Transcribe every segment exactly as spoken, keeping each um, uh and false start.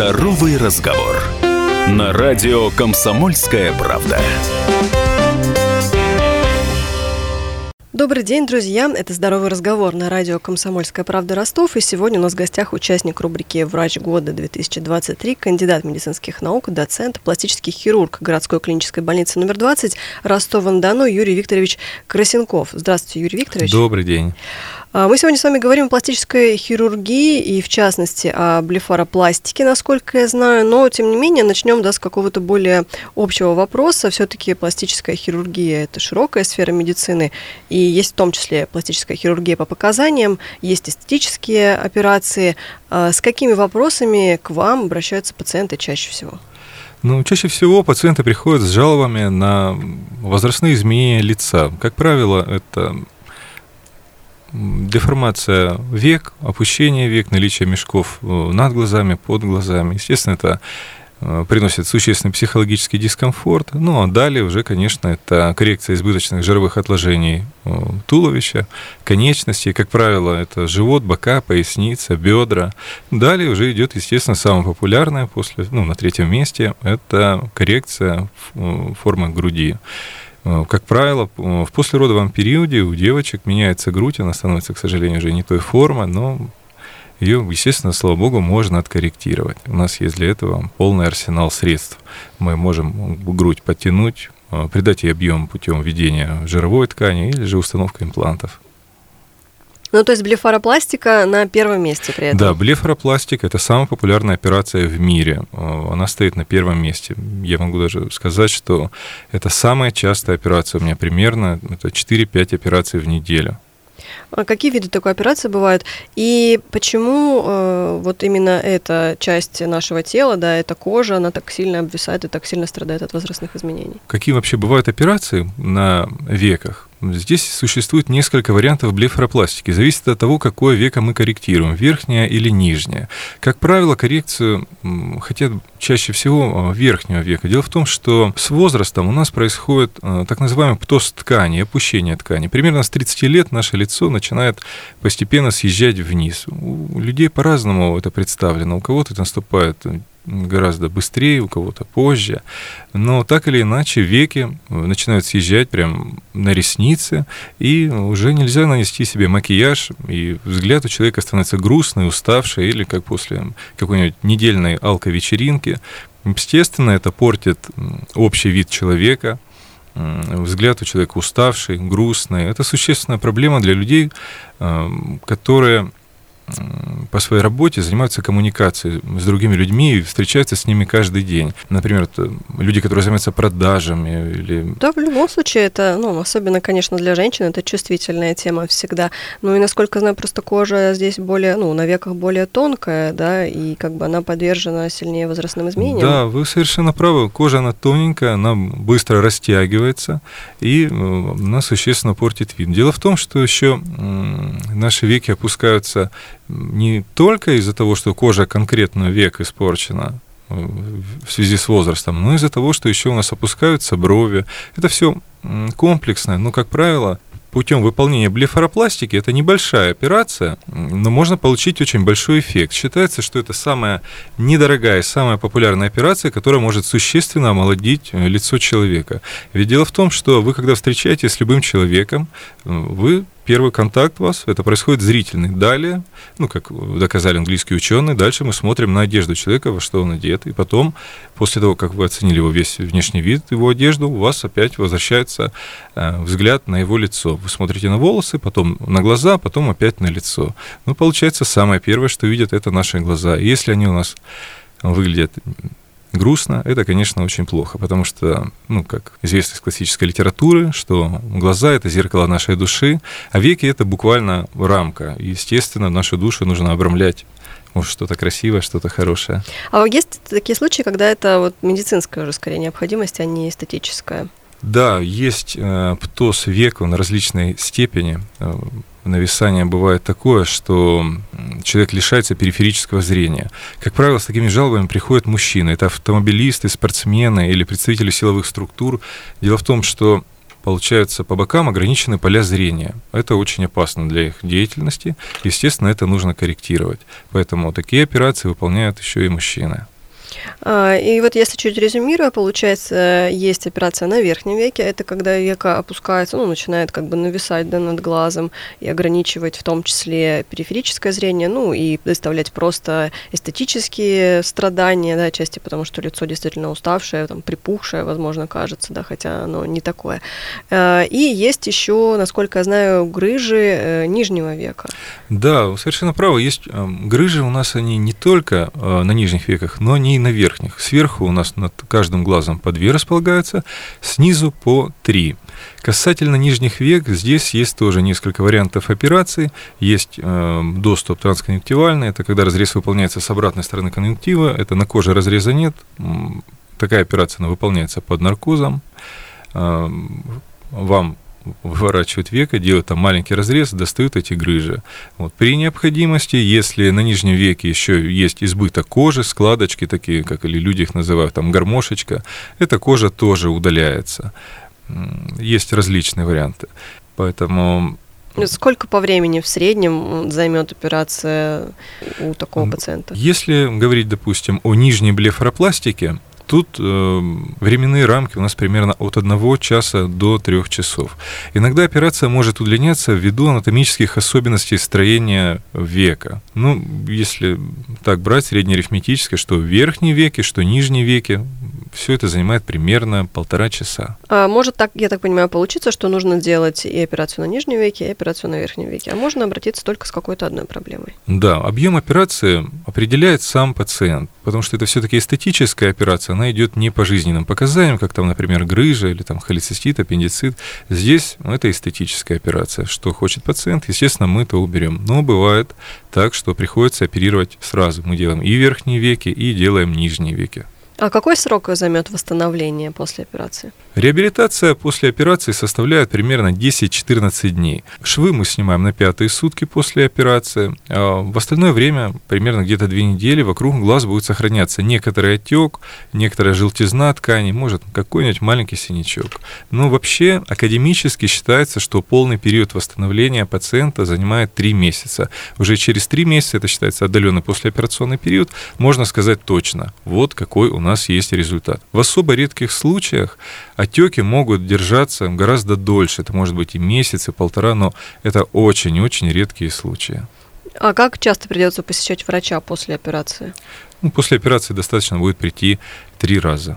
Здоровый разговор. На радио «Комсомольская правда». Добрый день, друзья. Это «Здоровый разговор» на радио «Комсомольская правда» Ростов. И сегодня у нас в гостях участник рубрики «Врач года две тысячи двадцать три», кандидат медицинских наук, доцент, пластический хирург городской клинической больницы номер двадцать Ростова-на-Дону Юрий Викторович Красенков. Здравствуйте, Юрий Викторович. Добрый день. Мы сегодня с вами говорим о пластической хирургии и, в частности, о блефаропластике, насколько я знаю, но, тем не менее, начнем да, с какого-то более общего вопроса. Все-таки пластическая хирургия – это широкая сфера медицины, и есть в том числе пластическая хирургия по показаниям, есть эстетические операции. С какими вопросами к вам обращаются пациенты чаще всего? Ну, чаще всего пациенты приходят с жалобами на возрастные изменения лица. Как правило, это деформация век, опущение век, наличие мешков над глазами, под глазами. Естественно, это приносит существенный психологический дискомфорт. Ну, а далее уже, конечно, это коррекция избыточных жировых отложений туловища, конечностей. Как правило, это живот, бока, поясница, бедра. Далее уже идет, естественно, самое популярное, после, ну, на третьем месте, это коррекция формы груди. Как правило, в послеродовом периоде у девочек меняется грудь, она становится, к сожалению, уже не той формы, но ее, естественно, слава богу, можно откорректировать. У нас есть для этого полный арсенал средств. Мы можем грудь подтянуть, придать ей объем путем введения жировой ткани или же установкой имплантов. Ну, то есть блефаропластика на первом месте при этом? Да, блефаропластика – это самая популярная операция в мире. Она стоит на первом месте. Я могу даже сказать, что это самая частая операция у меня примерно. Это четыре-пять операций в неделю. А какие виды такой операции бывают? И почему э, вот именно эта часть нашего тела, да, эта кожа, она так сильно обвисает и так сильно страдает от возрастных изменений? Какие вообще бывают операции на веках? Здесь существует несколько вариантов блефаропластики. Зависит от того, какое веко мы корректируем, верхнее или нижнее. Как правило, коррекцию хотят чаще всего верхнего века. Дело в том, что с возрастом у нас происходит так называемый птоз ткани, опущение ткани. Примерно с тридцати лет наше лицо начинает постепенно съезжать вниз. У людей по-разному это представлено. У кого-то это наступает гораздо быстрее, у кого-то позже. Но так или иначе веки начинают съезжать прям на ресницы, и уже нельзя нанести себе макияж, и взгляд у человека становится грустный, уставший, или как после какой-нибудь недельной алко-вечеринки. Естественно, это портит общий вид человека, взгляд у человека уставший, грустный. Это существенная проблема для людей, которые по своей работе занимаются коммуникацией с другими людьми и встречаются с ними каждый день. Например, люди, которые занимаются продажами. Или... Да, в любом случае, это, ну, особенно, конечно, для женщин, это чувствительная тема всегда. Ну и, насколько я знаю, просто кожа здесь более, ну, на веках более тонкая, да, и как бы она подвержена сильнее возрастным изменениям. Да, вы совершенно правы. Кожа, она тоненькая, она быстро растягивается, и она существенно портит вид. Дело в том, что еще наши веки опускаются не только из-за того, что кожа конкретно век испорчена в связи с возрастом, но из-за того, что еще у нас опускаются брови. Это все комплексно, но, как правило, путем выполнения блефаропластики это небольшая операция, но можно получить очень большой эффект. Считается, что это самая недорогая, самая популярная операция, которая может существенно омолодить лицо человека. Ведь дело в том, что вы, когда встречаетесь с любым человеком, вы первый контакт у вас, это происходит зрительный. Далее, ну, как доказали английские ученые, дальше мы смотрим на одежду человека, во что он одет, и потом, после того, как вы оценили его весь внешний вид, его одежду, у вас опять возвращается э, взгляд на его лицо. Вы смотрите на волосы, потом на глаза, потом опять на лицо. Ну, получается, самое первое, что видят, это наши глаза. И если они у нас выглядят грустно, это, конечно, очень плохо, потому что, ну, как известно из классической литературы, что глаза – это зеркало нашей души, а веки – это буквально рамка. И, естественно, нашу душу нужно обрамлять. Может, что-то красивое, что-то хорошее. А есть такие случаи, когда это вот медицинская уже, скорее, необходимость, а не эстетическая? Да, есть э, птоз века на различной степени. Э, нависание бывает такое, что человек лишается периферического зрения. Как правило, с такими жалобами приходят мужчины. Это автомобилисты, спортсмены или представители силовых структур. Дело в том, что получается, по бокам ограничены поля зрения. Это очень опасно для их деятельности. Естественно, это нужно корректировать. Поэтому такие операции выполняют еще и мужчины. И вот если чуть резюмируя, получается, есть операция на верхнем веке, это когда века опускается, ну, начинает как бы нависать, да, над глазом и ограничивать в том числе периферическое зрение, ну, и доставлять просто эстетические страдания, да, отчасти потому, что лицо действительно уставшее, там, припухшее, возможно, кажется, да, хотя оно не такое. И есть еще, насколько я знаю, грыжи нижнего века. Да, совершенно правы. Есть грыжи у нас, они не только на нижних веках, но и на верхних. Сверху у нас над каждым глазом по две располагаются, снизу по три. Касательно нижних век, здесь есть тоже несколько вариантов операций. Есть э, доступ трансконъюнктивальный, это когда разрез выполняется с обратной стороны конъюнктива, это на коже разреза нет. Такая операция она выполняется под наркозом. Э, вам выворачивают веко, делают там маленький разрез, достают эти грыжи. Вот. При необходимости, если на нижнем веке еще есть избыток кожи, складочки такие, как или люди их называют, там гармошечка, эта кожа тоже удаляется. Есть различные варианты. Поэтому... Сколько по времени в среднем займет операция у такого пациента? Если говорить, допустим, о нижней блефаропластике, тут э, временные рамки у нас примерно от одного часа до трех часов. Иногда операция может удлиняться ввиду анатомических особенностей строения века. Ну, если так брать среднеарифметически, что в верхней веке, что в нижней веке, все это занимает примерно полтора часа. А может так, я так понимаю, получиться, что нужно делать и операцию на нижнем веке, и операцию на верхнем веке, а можно обратиться только с какой-то одной проблемой? Да, объем операции определяет сам пациент, потому что это все-таки эстетическая операция, она идет не по жизненным показаниям, как там, например, грыжа или там холецистит, аппендицит. Здесь ну, это эстетическая операция. Что хочет пациент, естественно, мы это уберем. Но бывает так, что приходится оперировать сразу. Мы делаем и верхние веки, и делаем нижние веки. А какой срок займет восстановление после операции? Реабилитация после операции составляет примерно десять-четырнадцать дней. Швы мы снимаем на пятые сутки после операции. А в остальное время, примерно где-то две недели, вокруг глаз будет сохраняться некоторый отек, некоторая желтизна ткани, может какой-нибудь маленький синячок. Но вообще академически считается, что полный период восстановления пациента занимает три месяца. Уже через три месяца, это считается отдаленный послеоперационный период, можно сказать точно, вот какой у нас есть результат. В особо редких случаях отеки могут держаться гораздо дольше, это может быть и месяц, и полтора, но это очень-очень редкие случаи. А как часто придется посещать врача после операции? Ну, после операции достаточно будет прийти три раза.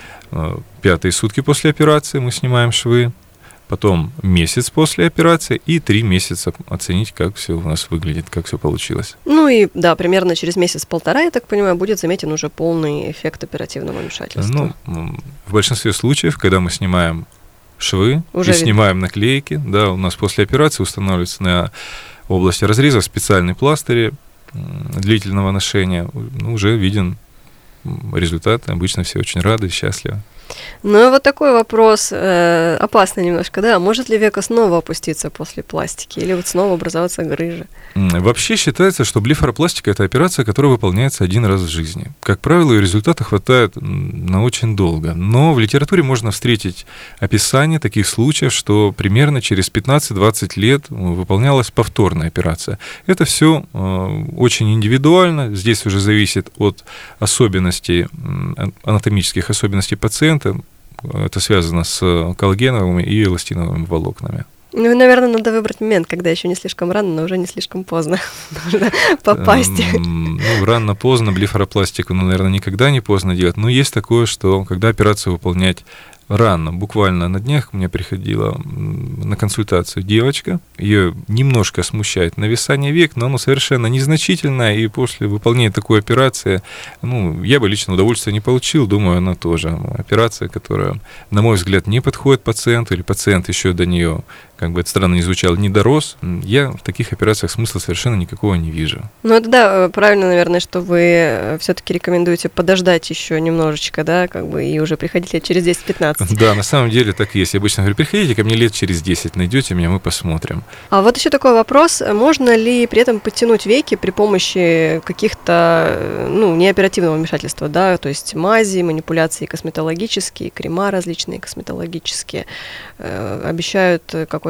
Пятые сутки после операции мы снимаем швы, потом месяц после операции и три месяца оценить, как все у нас выглядит, как все получилось. Ну и да, примерно через месяц-полтора, я так понимаю, будет заметен уже полный эффект оперативного вмешательства. Ну, в большинстве случаев, когда мы снимаем швы уже и видно. Снимаем наклейки, да, у нас после операции устанавливается на области разреза специальный пластырь длительного ношения, ну, уже виден результат, обычно все очень рады и счастливы. Ну и вот такой вопрос, э, опасный немножко, да, может ли веко снова опуститься после пластики или вот снова образоваться грыжа? Вообще считается, что блефаропластика – это операция, которая выполняется один раз в жизни. Как правило, ее результата хватает на очень долго, но в литературе можно встретить описание таких случаев, что примерно через пятнадцать-двадцать лет выполнялась повторная операция. Это все э, очень индивидуально, здесь уже зависит от особенностей, анатомических особенностей пациента. Это связано с коллагеновыми и эластиновыми волокнами. Ну, наверное, надо выбрать момент, когда еще не слишком рано, но уже не слишком поздно. Нужно попасть. Ну, рано-поздно блефаропластику, ну, наверное, никогда не поздно делать. Но есть такое, что когда операцию выполнять рано, буквально на днях мне приходила на консультацию девочка, ее немножко смущает нависание век, но оно совершенно незначительное, и после выполнения такой операции, ну, я бы лично удовольствия не получил, думаю, она тоже операция, которая, на мой взгляд, не подходит пациенту, или пациент еще до нее, как бы это странно ни звучало, не дорос. Я в таких операциях смысла совершенно никакого не вижу. Ну, это да, правильно, наверное, что вы все-таки рекомендуете подождать еще немножечко, да, как бы, и уже приходить лет через десять-пятнадцать. Да, на самом деле так и есть. Я обычно говорю, приходите ко мне лет через десять, найдете меня, мы посмотрим. А вот еще такой вопрос, можно ли при этом подтянуть веки при помощи каких-то, ну, неоперативного вмешательства, да, то есть мази, манипуляции косметологические, крема различные косметологические, э, обещают какой-то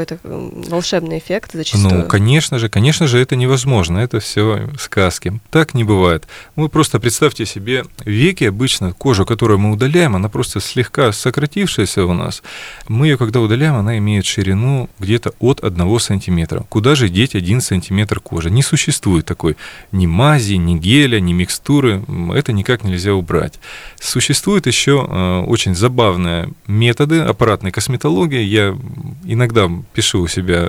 какой-то волшебный эффект зачастую. Ну, конечно же, конечно же, это невозможно, это все сказки. Так не бывает. Вы просто представьте себе веки, обычно кожу, которую мы удаляем, она просто слегка сократившаяся у нас. Мы ее, когда удаляем, она имеет ширину где-то от одного сантиметра. Куда же деть один сантиметр кожи? Не существует такой ни мази, ни геля, ни микстуры. Это никак нельзя убрать. Существуют еще э, очень забавные методы аппаратной косметологии. Я иногда пишу у себя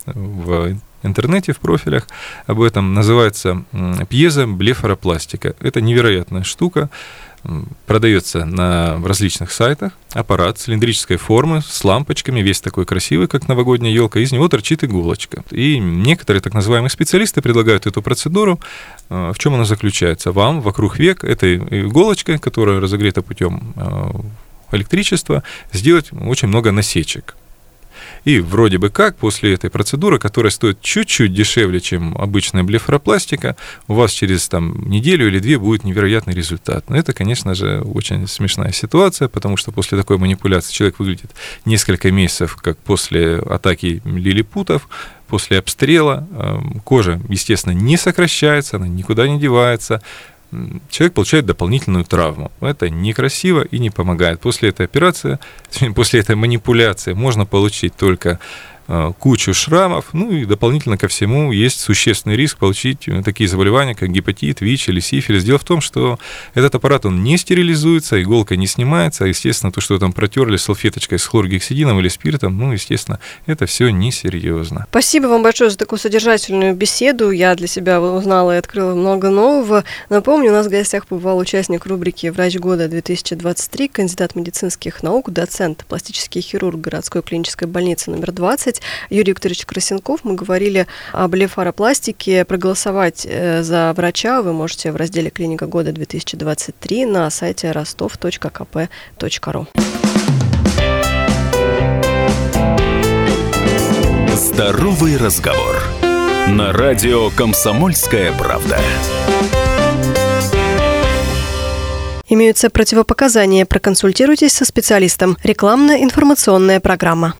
в интернете, в профилях об этом. Называется пьезоблефаропластика. Это невероятная штука. Продается на различных сайтах. Аппарат цилиндрической формы с лампочками, весь такой красивый, как новогодняя елка. Из него торчит иголочка. И некоторые так называемые специалисты предлагают эту процедуру. В чем она заключается? Вам вокруг век этой иголочкой, которая разогрета путем электричества, сделать очень много насечек. И вроде бы как после этой процедуры, которая стоит чуть-чуть дешевле, чем обычная блефаропластика, у вас через там, неделю или две будет невероятный результат. Но это, конечно же, очень смешная ситуация, потому что после такой манипуляции человек выглядит несколько месяцев, как после атаки лилипутов, после обстрела. Кожа, естественно, не сокращается, она никуда не девается. Человек получает дополнительную травму. Это некрасиво и не помогает. После этой операции, после этой манипуляции можно получить только кучу шрамов, ну и дополнительно ко всему есть существенный риск получить такие заболевания, как гепатит, ВИЧ или сифилис. Дело в том, что этот аппарат, он не стерилизуется, иголка не снимается, а, естественно, то, что там протерли салфеточкой с хлоргексидином или спиртом, ну, естественно, это все несерьезно. Спасибо вам большое за такую содержательную беседу. Я для себя узнала и открыла много нового. Напомню, у нас в гостях побывал участник рубрики «Врач года-две тысячи двадцать три», кандидат медицинских наук, доцент, пластический хирург городской клинической больницы номер двадцать, Юрий Викторович Красенков. Мы говорили о блефаропластике. Проголосовать за врача вы можете в разделе «Клиника года-две тысячи двадцать три» на сайте ростов точка ка пэ точка ру. Здоровый разговор. На радио «Комсомольская правда». Имеются противопоказания. Проконсультируйтесь со специалистом. Рекламно-информационная программа.